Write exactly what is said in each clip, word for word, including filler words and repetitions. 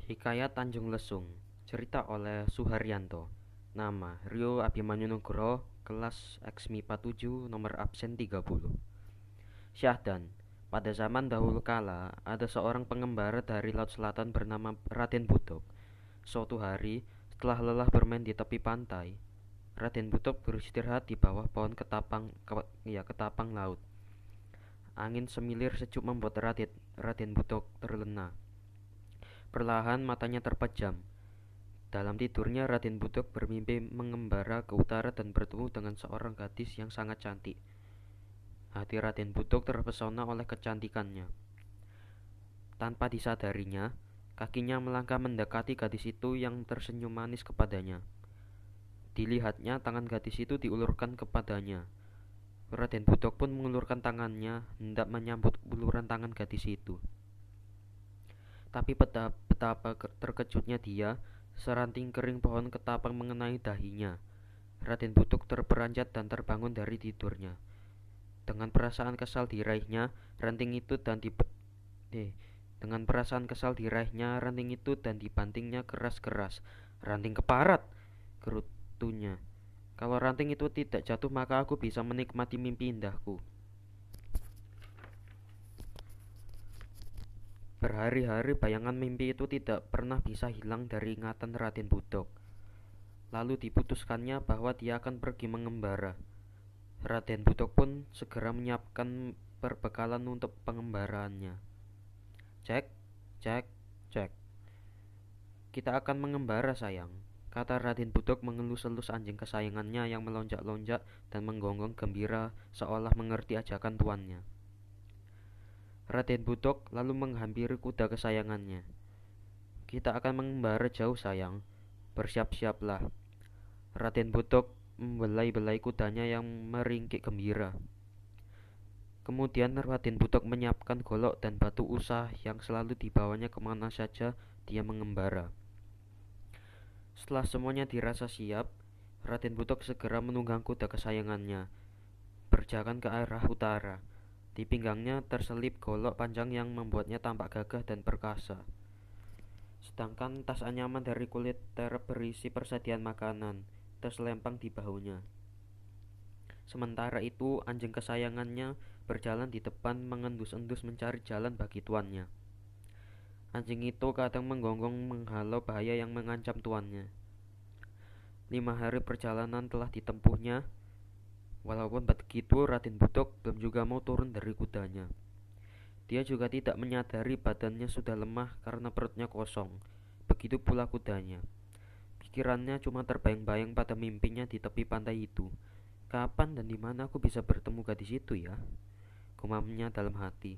Hikayat Tanjung Lesung. Cerita oleh Suharyanto. Nama Rio Abimanyu Nugroho, kelas X M I P A tujuh, nomor absen tiga puluh. Syahdan. Pada zaman dahulu kala, ada seorang pengembara dari laut selatan bernama Raden Butok. Suatu hari, setelah lelah bermain di tepi pantai, Raden Butok beristirahat di bawah pohon ketapang ke, ya, ketapang laut. Angin semilir sejuk membuat Raden, Raden Butok terlena. Perlahan matanya terpejam. Dalam tidurnya Raden Butok bermimpi mengembara ke utara dan bertemu dengan seorang gadis yang sangat cantik. Hati Raden Butok terpesona oleh kecantikannya. Tanpa disadarinya, kakinya melangkah mendekati gadis itu yang tersenyum manis kepadanya. Dilihatnya tangan gadis itu diulurkan kepadanya. Raden Butok pun mengulurkan tangannya hendak menyambut uluran tangan gadis itu. Tapi betapa terkejutnya dia, seranting kering pohon ketapang mengenai dahinya. Raden Butok terperanjat dan terbangun dari tidurnya. Dengan perasaan kesal diraihnya, ranting itu dan di eh, dengan perasaan kesal diraihnya ranting itu dan dibantingnya keras-keras. "Ranting keparat," gerutunya. "Kalau ranting itu tidak jatuh, maka aku bisa menikmati mimpi indahku." Berhari-hari bayangan mimpi itu tidak pernah bisa hilang dari ingatan Raden Butok. Lalu diputuskannya bahwa dia akan pergi mengembara. Raden Butok pun segera menyiapkan perbekalan untuk pengembaraannya. "Cek, cek, cek. Kita akan mengembara, sayang," kata Raden Butok mengelus-elus anjing kesayangannya yang melonjak-lonjak dan menggonggong gembira seolah mengerti ajakan tuannya. Raden Butok lalu menghampiri kuda kesayangannya. "Kita akan mengembara jauh, sayang. Bersiap-siaplah." Raden Butok membelai-belai kudanya yang meringkik gembira. Kemudian Raden Butok menyiapkan golok dan batu usah yang selalu dibawanya kemana saja dia mengembara. Setelah semuanya dirasa siap, Raden Butok segera menunggang kuda kesayangannya, berjalan ke arah utara. Di pinggangnya terselip golok panjang yang membuatnya tampak gagah dan perkasa. Sedangkan tas anyaman dari kulit terep berisi persediaan makanan terselempang di bahunya. Sementara itu, anjing kesayangannya berjalan di depan mengendus-endus mencari jalan bagi tuannya. Anjing itu kadang menggonggong menghalau bahaya yang mengancam tuannya. Lima hari perjalanan telah ditempuhnya. Walaupun begitu, Raden Butok belum juga mau turun dari kudanya. Dia juga tidak menyadari badannya sudah lemah karena perutnya kosong. Begitu pula kudanya. Pikirannya cuma terbayang-bayang pada mimpinya di tepi pantai itu. "Kapan dan di mana aku bisa bertemu gadis itu ya?" gumamnya dalam hati.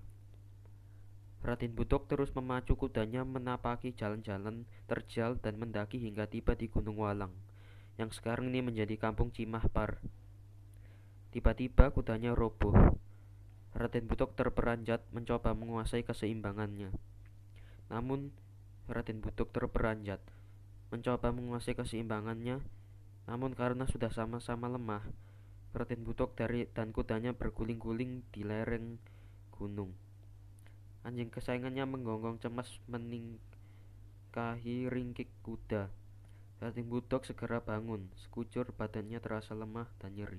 Raden Butok terus memacu kudanya menapaki jalan-jalan terjal dan mendaki hingga tiba di Gunung Walang, yang sekarang ini menjadi kampung Cimahpar. Tiba-tiba kudanya roboh. Raden Butok terperanjat mencoba menguasai keseimbangannya. Namun Raden Butok terperanjat mencoba menguasai keseimbangannya, namun karena sudah sama-sama lemah, Raden Butok dari dan kudanya berguling-guling di lereng gunung. Anjing kesayangannya menggonggong cemas meningkahi ringkik kuda. Raden Butok segera bangun, sekujur badannya terasa lemah dan nyeri.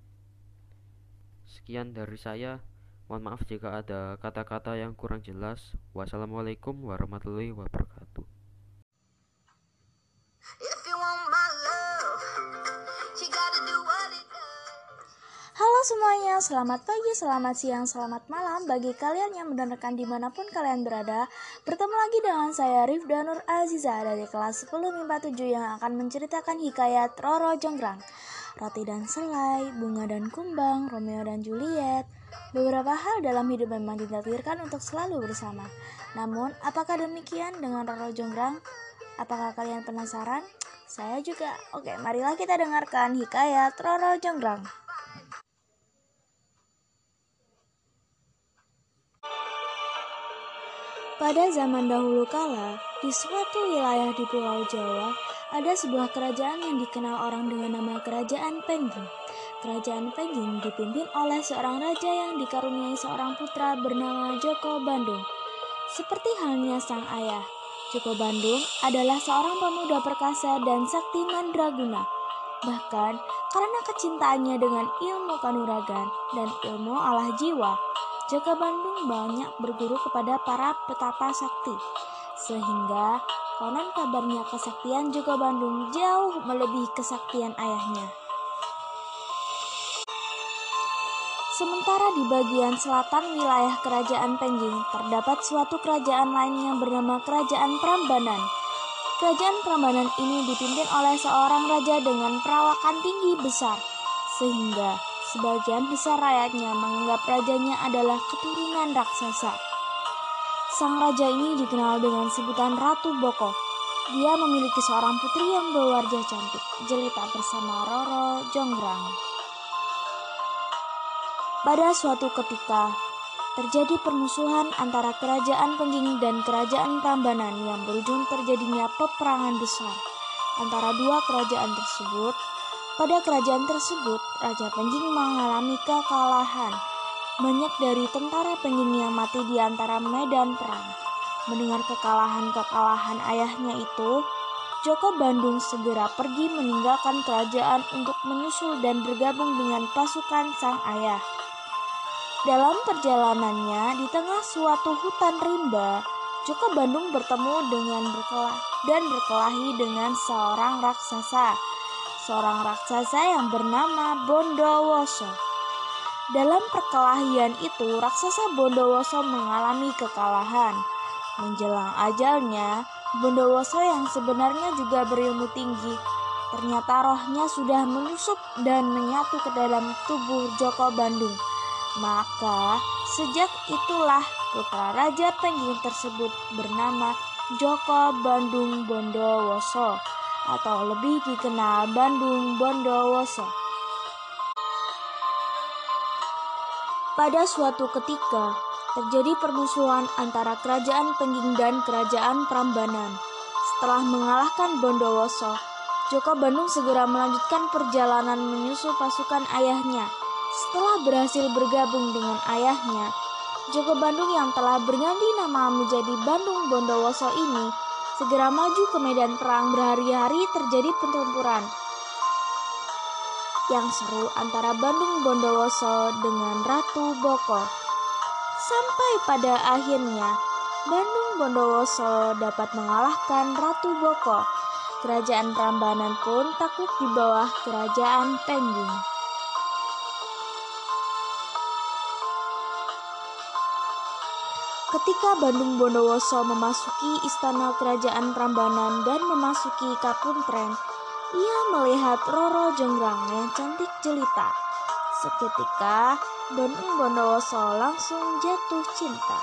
Sekian dari saya. Mohon maaf jika ada kata-kata yang kurang jelas. Wassalamualaikum warahmatullahi wabarakatuh. Halo semuanya, selamat pagi, selamat siang, selamat malam bagi kalian yang mendengarkan dimanapun kalian berada. Bertemu lagi dengan saya Rifda Nur Aziza dari kelas sepuluh M I P A tujuh yang akan menceritakan hikayat Roro Jonggrang. Roti dan selai, bunga dan kumbang, Romeo dan Juliet. Beberapa hal dalam hidup memang ditakdirkan untuk selalu bersama. Namun, apakah demikian dengan Roro Jonggrang? Apakah kalian penasaran? Saya juga. Oke, marilah kita dengarkan hikayat Roro Jonggrang. Pada zaman dahulu kala, di suatu wilayah di Pulau Jawa, ada sebuah kerajaan yang dikenal orang dengan nama Kerajaan Pengging. Kerajaan Pengging dipimpin oleh seorang raja yang dikaruniai seorang putra bernama Joko Bandung. Seperti halnya sang ayah, Joko Bandung adalah seorang pemuda perkasa dan sakti mandraguna. Bahkan karena kecintaannya dengan ilmu kanuragan dan ilmu olah jiwa, Joko Bandung banyak berguru kepada para petapa sakti. Sehingga konon kabarnya kesaktian Joko Bandung jauh melebihi kesaktian ayahnya. Sementara di bagian selatan wilayah Kerajaan Penjing terdapat suatu kerajaan lain yang bernama Kerajaan Prambanan. Kerajaan Prambanan ini dipimpin oleh seorang raja dengan perawakan tinggi besar, sehingga sebagian besar rakyatnya menganggap rajanya adalah keturunan raksasa. Sang raja ini dikenal dengan sebutan Ratu Boko. Dia memiliki seorang putri yang berwajah cantik, jelita bersama Roro Jonggrang. Pada suatu ketika, terjadi permusuhan antara Kerajaan Penjing dan Kerajaan Prambanan yang berujung terjadinya peperangan besar antara dua kerajaan tersebut. Pada kerajaan tersebut, Raja Penjing mengalami kekalahan. Banyak dari tentara Penjing yang mati di antara medan perang. Mendengar kekalahan-kekalahan ayahnya itu, Joko Bandung segera pergi meninggalkan kerajaan untuk menyusul dan bergabung dengan pasukan sang ayah. Dalam perjalanannya di tengah suatu hutan rimba, Joko Bandung bertemu dengan berkelah dan berkelahi dengan seorang raksasa, seorang raksasa yang bernama Bondowoso. Dalam perkelahian itu, raksasa Bondowoso mengalami kekalahan. Menjelang ajalnya, Bondowoso yang sebenarnya juga berilmu tinggi, ternyata rohnya sudah menyusup dan menyatu ke dalam tubuh Joko Bandung. Maka sejak itulah putra Raja Penjing tersebut bernama Joko Bandung Bondowoso atau lebih dikenal Bandung Bondowoso. Pada suatu ketika terjadi permusuhan antara Kerajaan Penjing dan Kerajaan Prambanan. Setelah mengalahkan Bondowoso, Joko Bandung segera melanjutkan perjalanan menyusul pasukan ayahnya. Setelah berhasil bergabung dengan ayahnya, Joko Bandung yang telah berganti nama menjadi Bandung Bondowoso ini segera maju ke medan perang. Berhari-hari terjadi pertempuran yang seru antara Bandung Bondowoso dengan Ratu Boko. Sampai pada akhirnya Bandung Bondowoso dapat mengalahkan Ratu Boko. Kerajaan Prambanan pun takluk di bawah Kerajaan Penjing. Ketika Bandung Bondowoso memasuki istana Kerajaan Prambanan dan memasuki Kapuntren, ia melihat Roro Jonggrang yang cantik jelita. Seketika Bandung Bondowoso langsung jatuh cinta.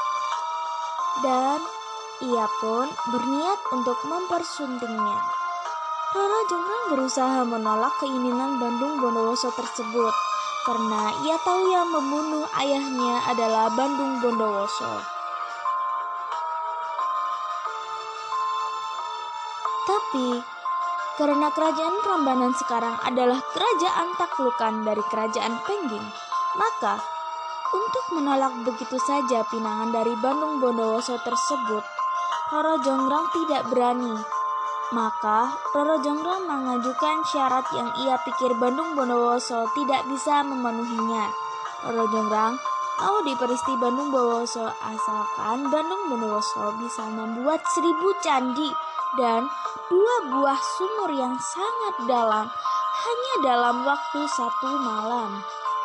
Dan ia pun berniat untuk mempersuntingnya. Roro Jonggrang berusaha menolak keinginan Bandung Bondowoso tersebut, karena ia tahu yang membunuh ayahnya adalah Bandung Bondowoso. Tapi karena kerajaan Prambanan sekarang adalah kerajaan taklukan dari Kerajaan Penjing, maka untuk menolak begitu saja pinangan dari Bandung Bondowoso tersebut, Roro Jonggrang tidak berani. Maka Roro Jonggrang mengajukan syarat yang ia pikir Bandung Bondowoso tidak bisa memenuhinya. Roro Jonggrang mau diperisti Bandung Bondowoso asalkan Bandung Bondowoso bisa membuat seribu candi dan dua buah sumur yang sangat dalam hanya dalam waktu satu malam.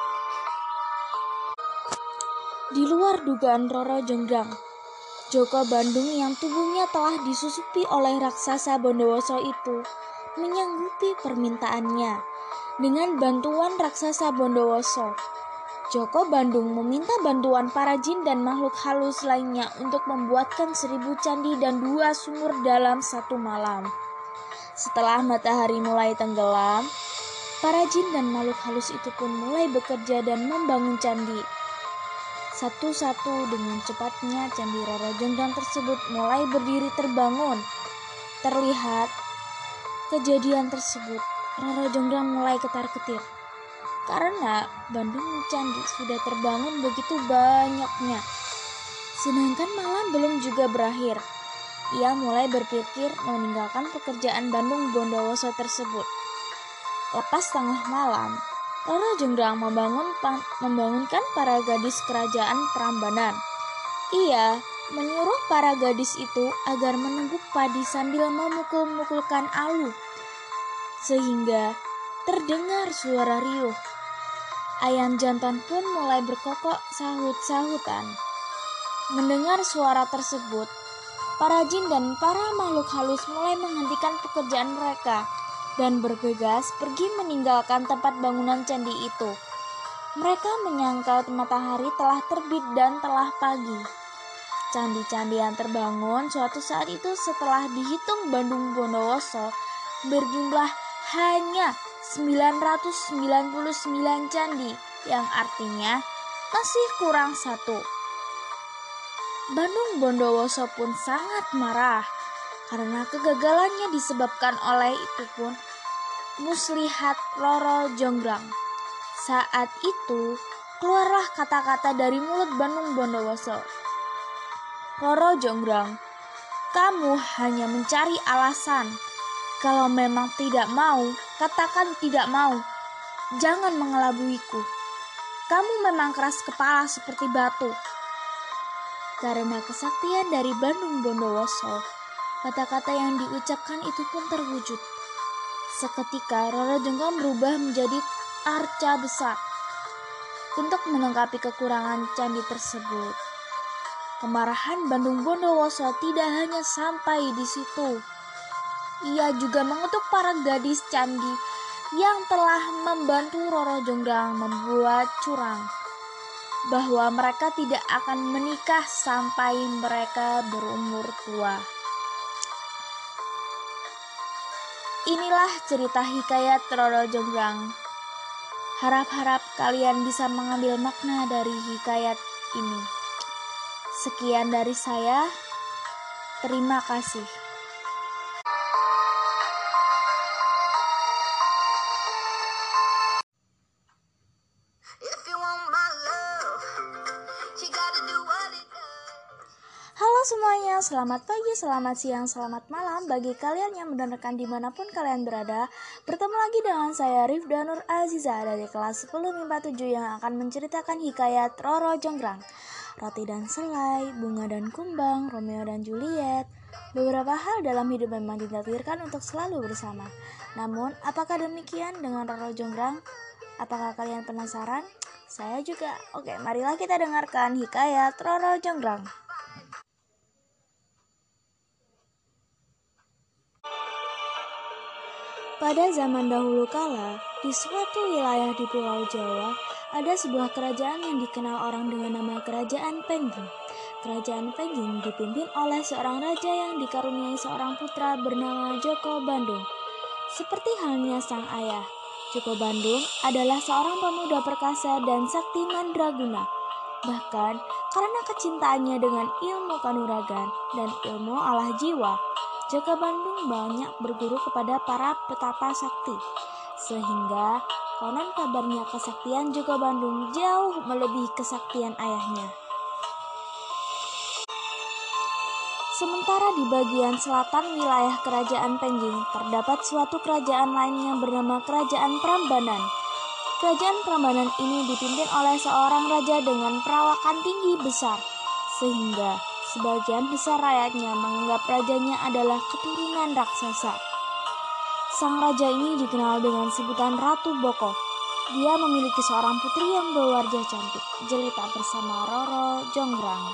Di luar dugaan Roro Jonggrang, Joko Bandung yang tubuhnya telah disusupi oleh raksasa Bondowoso itu menyanggupi permintaannya. Dengan bantuan raksasa Bondowoso, Joko Bandung meminta bantuan para jin dan makhluk halus lainnya untuk membuatkan seribu candi dan dua sumur dalam satu malam. Setelah matahari mulai tenggelam, para jin dan makhluk halus itu pun mulai bekerja dan membangun candi. Satu-satu dengan cepatnya candi Roro Jonggrang tersebut mulai berdiri terbangun. Terlihat kejadian tersebut, Roro Jonggrang mulai ketar-ketir. Karena Bandung candi sudah terbangun begitu banyaknya. Sedangkan malam belum juga berakhir. ia mulai berpikir meninggalkan pekerjaan Bandung Bondowoso tersebut. Lepas tengah malam, Roro Jonggrang membangun membangunkan para gadis kerajaan Prambanan. Ia menyuruh para gadis itu agar menumbuk padi sambil memukul-mukulkan alu, sehingga terdengar suara riuh. Ayam jantan pun mulai berkokok sahut-sahutan. Mendengar suara tersebut, para jin dan para makhluk halus mulai menghentikan pekerjaan mereka dan bergegas pergi meninggalkan tempat bangunan candi itu. Mereka menyangka matahari telah terbit dan telah pagi. Candi-candi yang terbangun suatu saat itu setelah dihitung Bandung Bondowoso berjumlah hanya sembilan ratus sembilan puluh sembilan candi, yang artinya masih kurang satu. Bandung Bondowoso pun sangat marah karena kegagalannya disebabkan oleh itu pun muslihat Roro Jonggrang. Saat itu keluarlah kata-kata dari mulut Bandung Bondowoso. Roro Jonggrang, kamu hanya mencari alasan. Kalau memang tidak mau, katakan tidak mau. Jangan mengelabuiku. Kamu memang keras kepala seperti batu. Karena kesaktian dari Bandung Bondowoso, kata-kata yang diucapkan itu pun terwujud. Seketika Roro Jonggrang berubah menjadi arca besar untuk melengkapi kekurangan candi tersebut. Kemarahan Bandung Bondowoso tidak hanya sampai di situ. Ia juga mengutuk para gadis candi yang telah membantu Roro Jonggrang membuat curang, bahwa mereka tidak akan menikah sampai mereka berumur tua. Inilah cerita hikayat Roro Jonggrang. Harap-harap kalian bisa mengambil makna dari hikayat ini. Sekian dari saya. Terima kasih. Halo semuanya, selamat pagi, selamat siang, selamat malam bagi kalian yang mendengarkan dimanapun kalian berada. Bertemu lagi dengan saya Rifda Nur Aziza dari kelas sepuluh M I P A tujuh yang akan menceritakan hikayat Roro Jonggrang. Roti dan selai, bunga dan kumbang, Romeo dan Juliet. Beberapa hal dalam hidup memang ditakdirkan untuk selalu bersama. Namun, apakah demikian dengan Roro Jonggrang? Apakah kalian penasaran? Saya juga. Oke, marilah kita dengarkan hikayat Roro Jonggrang. Pada zaman dahulu kala, di suatu wilayah di Pulau Jawa, ada sebuah kerajaan yang dikenal orang dengan nama Kerajaan Pengging. Kerajaan Pengging dipimpin oleh seorang raja yang dikaruniai seorang putra bernama Joko Bandung. Seperti halnya sang ayah, Joko Bandung adalah seorang pemuda perkasa dan sakti mandraguna. Bahkan karena kecintaannya dengan ilmu kanuragan dan ilmu olah jiwa, Joko Bandung banyak berguru kepada para petapa sakti, sehingga konon kabarnya kesaktian Joko Bandung jauh melebihi kesaktian ayahnya. Sementara di bagian selatan wilayah Kerajaan Pengging terdapat suatu kerajaan lain yang bernama Kerajaan Prambanan. Kerajaan Prambanan ini dipimpin oleh seorang raja dengan perawakan tinggi besar, sehingga sebagian besar rakyatnya menganggap rajanya adalah keturunan raksasa. Sang raja ini dikenal dengan sebutan Ratu Boko. Dia memiliki seorang putri yang berwajah cantik, jelita bersama Roro Jonggrang.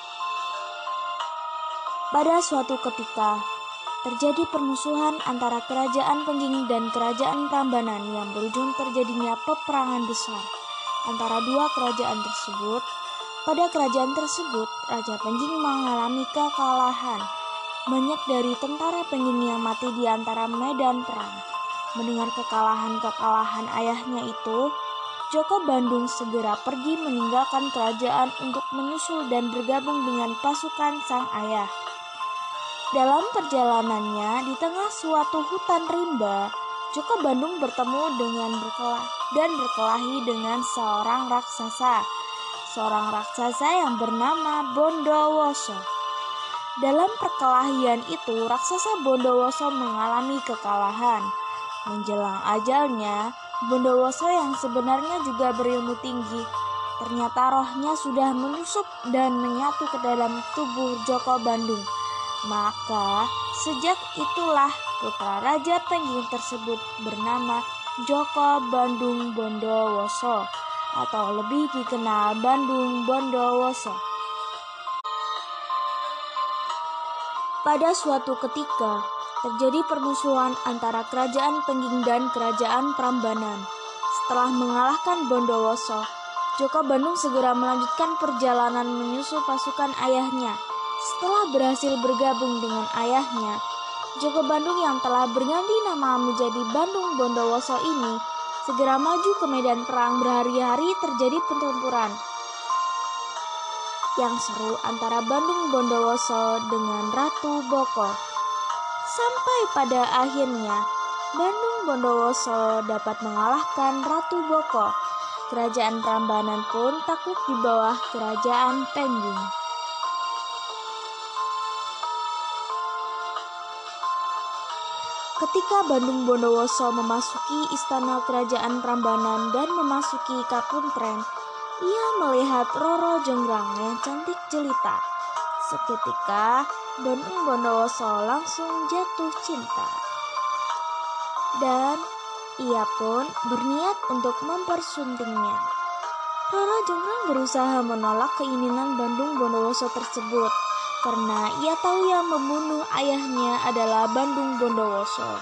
Pada suatu ketika, terjadi permusuhan antara Kerajaan Pengging dan Kerajaan Prambanan yang berujung terjadinya peperangan besar antara dua kerajaan tersebut. Pada kerajaan tersebut, Raja Pengging mengalami kekalahan. Banyak dari tentara Pengging yang mati di antara medan perang. Mendengar kekalahan-kekalahan ayahnya itu, Joko Bandung segera pergi meninggalkan kerajaan untuk menyusul dan bergabung dengan pasukan sang ayah. Dalam perjalanannya, di tengah suatu hutan rimba, Joko Bandung bertemu dengan berkelah dan berkelahi dengan seorang raksasa. Seorang raksasa yang bernama Bondowoso. Dalam perkelahian itu, raksasa Bondowoso mengalami kekalahan. Menjelang ajalnya, Bondowoso yang sebenarnya juga berilmu tinggi, ternyata rohnya sudah menyusup dan menyatu ke dalam tubuh Joko Bandung. Maka sejak itulah putra Raja Pengging tersebut bernama Joko Bandung Bondowoso, atau lebih dikenal Bandung Bondowoso. Pada suatu ketika, terjadi permusuhan antara kerajaan Pengging dan kerajaan Prambanan. Setelah mengalahkan Bondowoso, Joko Bandung segera melanjutkan perjalanan menyusul pasukan ayahnya. Setelah berhasil bergabung dengan ayahnya, Joko Bandung yang telah berganti nama menjadi Bandung Bondowoso ini segera maju ke medan perang. Berhari-hari terjadi pertempuran yang seru antara Bandung Bondowoso dengan Ratu Boko. Sampai pada akhirnya Bandung Bondowoso dapat mengalahkan Ratu Boko. Kerajaan Prambanan pun takluk di bawah kerajaan Pengging. Ketika Bandung Bondowoso memasuki istana kerajaan Prambanan dan memasuki Kapuntren, ia melihat Roro Jonggrang yang cantik jelita. Seketika Bandung Bondowoso langsung jatuh cinta, dan ia pun berniat untuk mempersuntingnya. Roro Jonggrang berusaha menolak keinginan Bandung Bondowoso tersebut, karena ia tahu yang membunuh ayahnya adalah Bandung Bondowoso.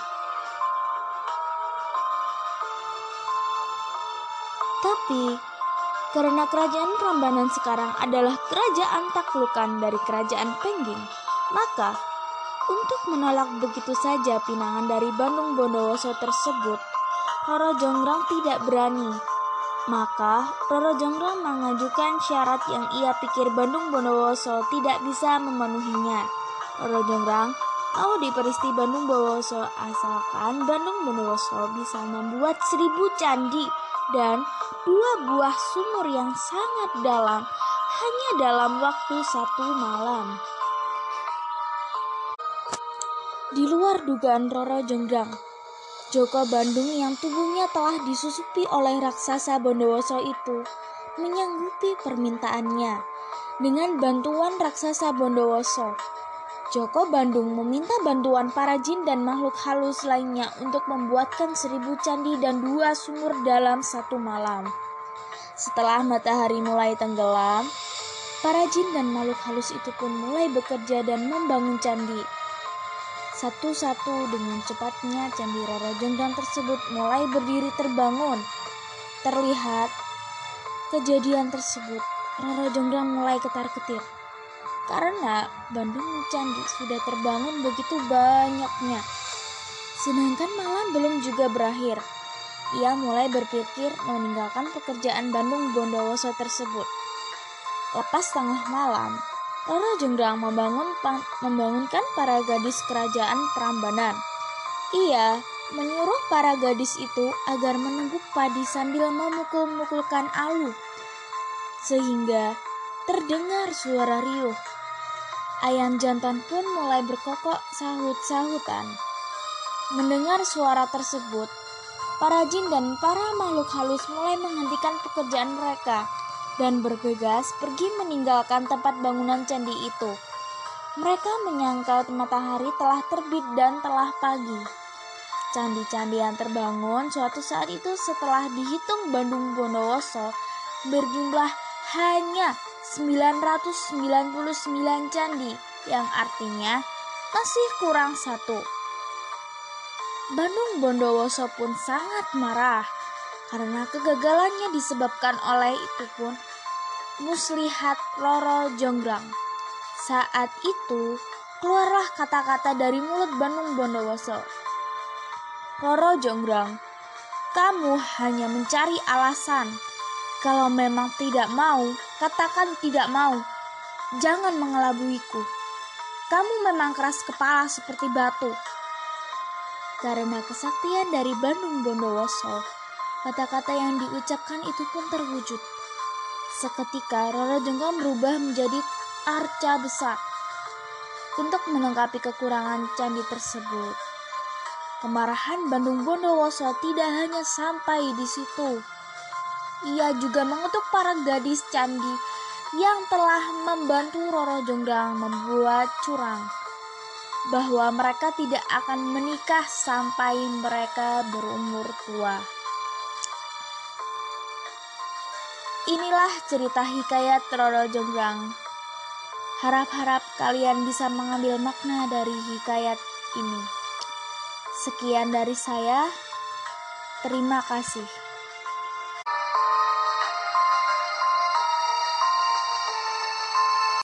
Tapi karena kerajaan Prambanan sekarang adalah kerajaan taklukan dari kerajaan Pengging, maka untuk menolak begitu saja pinangan dari Bandung Bondowoso tersebut, Roro Jonggrang tidak berani. Maka Roro Jonggrang mengajukan syarat yang ia pikir Bandung Bondowoso tidak bisa memenuhinya. Roro Jonggrang mau diperisti Bandung Bondowoso asalkan Bandung Bondowoso bisa membuat seribu candi dan dua buah sumur yang sangat dalam hanya dalam waktu satu malam. Di luar dugaan Roro Jonggrang, Joko Bandung yang tubuhnya telah disusupi oleh raksasa Bondowoso itu menyanggupi permintaannya. Dengan bantuan raksasa Bondowoso, Joko Bandung meminta bantuan para jin dan makhluk halus lainnya untuk membuatkan seribu candi dan dua sumur dalam satu malam. Setelah matahari mulai tenggelam, para jin dan makhluk halus itu pun mulai bekerja dan membangun candi. Satu-satu dengan cepatnya candi Roro Jonggrang tersebut mulai berdiri terbangun. Terlihat kejadian tersebut, Roro Jonggrang mulai ketar-ketir karena Bandung candi sudah terbangun begitu banyaknya. Sedangkan malam belum juga berakhir. Ia mulai berpikir meninggalkan pekerjaan Bandung Bondowoso tersebut. Lepas tengah malam, Roro Jonggrang membangun, membangunkan para gadis kerajaan Prambanan. Ia menyuruh para gadis itu agar meneguk padi sambil memukul-mukulkan alu, sehingga terdengar suara riuh. Ayam jantan pun mulai berkokok sahut-sahutan. Mendengar suara tersebut, para jin dan para makhluk halus mulai menghentikan pekerjaan mereka dan bergegas pergi meninggalkan tempat bangunan candi itu. Mereka menyangkal matahari telah terbit dan telah pagi. Candi-candi yang terbangun suatu saat itu setelah dihitung Bandung Bondowoso berjumlah hanya sembilan ratus sembilan puluh sembilan candi, yang artinya masih kurang satu. Bandung Bondowoso pun sangat marah karena kegagalannya disebabkan oleh itu pun muslihat Roro Jonggrang. Saat itu keluarlah kata-kata dari mulut Bandung Bondowoso. Roro Jonggrang, kamu hanya mencari alasan. Kalau memang tidak mau, katakan tidak mau. Jangan mengelabuiku. Kamu memang keras kepala seperti batu. Karena kesaktian dari Bandung Bondowoso, kata-kata yang diucapkan itu pun terwujud. Seketika Roro Jonggrang berubah menjadi arca besar. untuk melengkapi kekurangan candi tersebut. Kemarahan Bandung Bondowoso tidak hanya sampai di situ. Ia juga mengutuk para gadis candi yang telah membantu Roro Jonggrang membuat curang bahwa mereka tidak akan menikah sampai mereka berumur tua. Inilah cerita hikayat Roro Jonggrang. Harap-harap kalian bisa mengambil makna dari hikayat ini. Sekian dari saya. Terima kasih.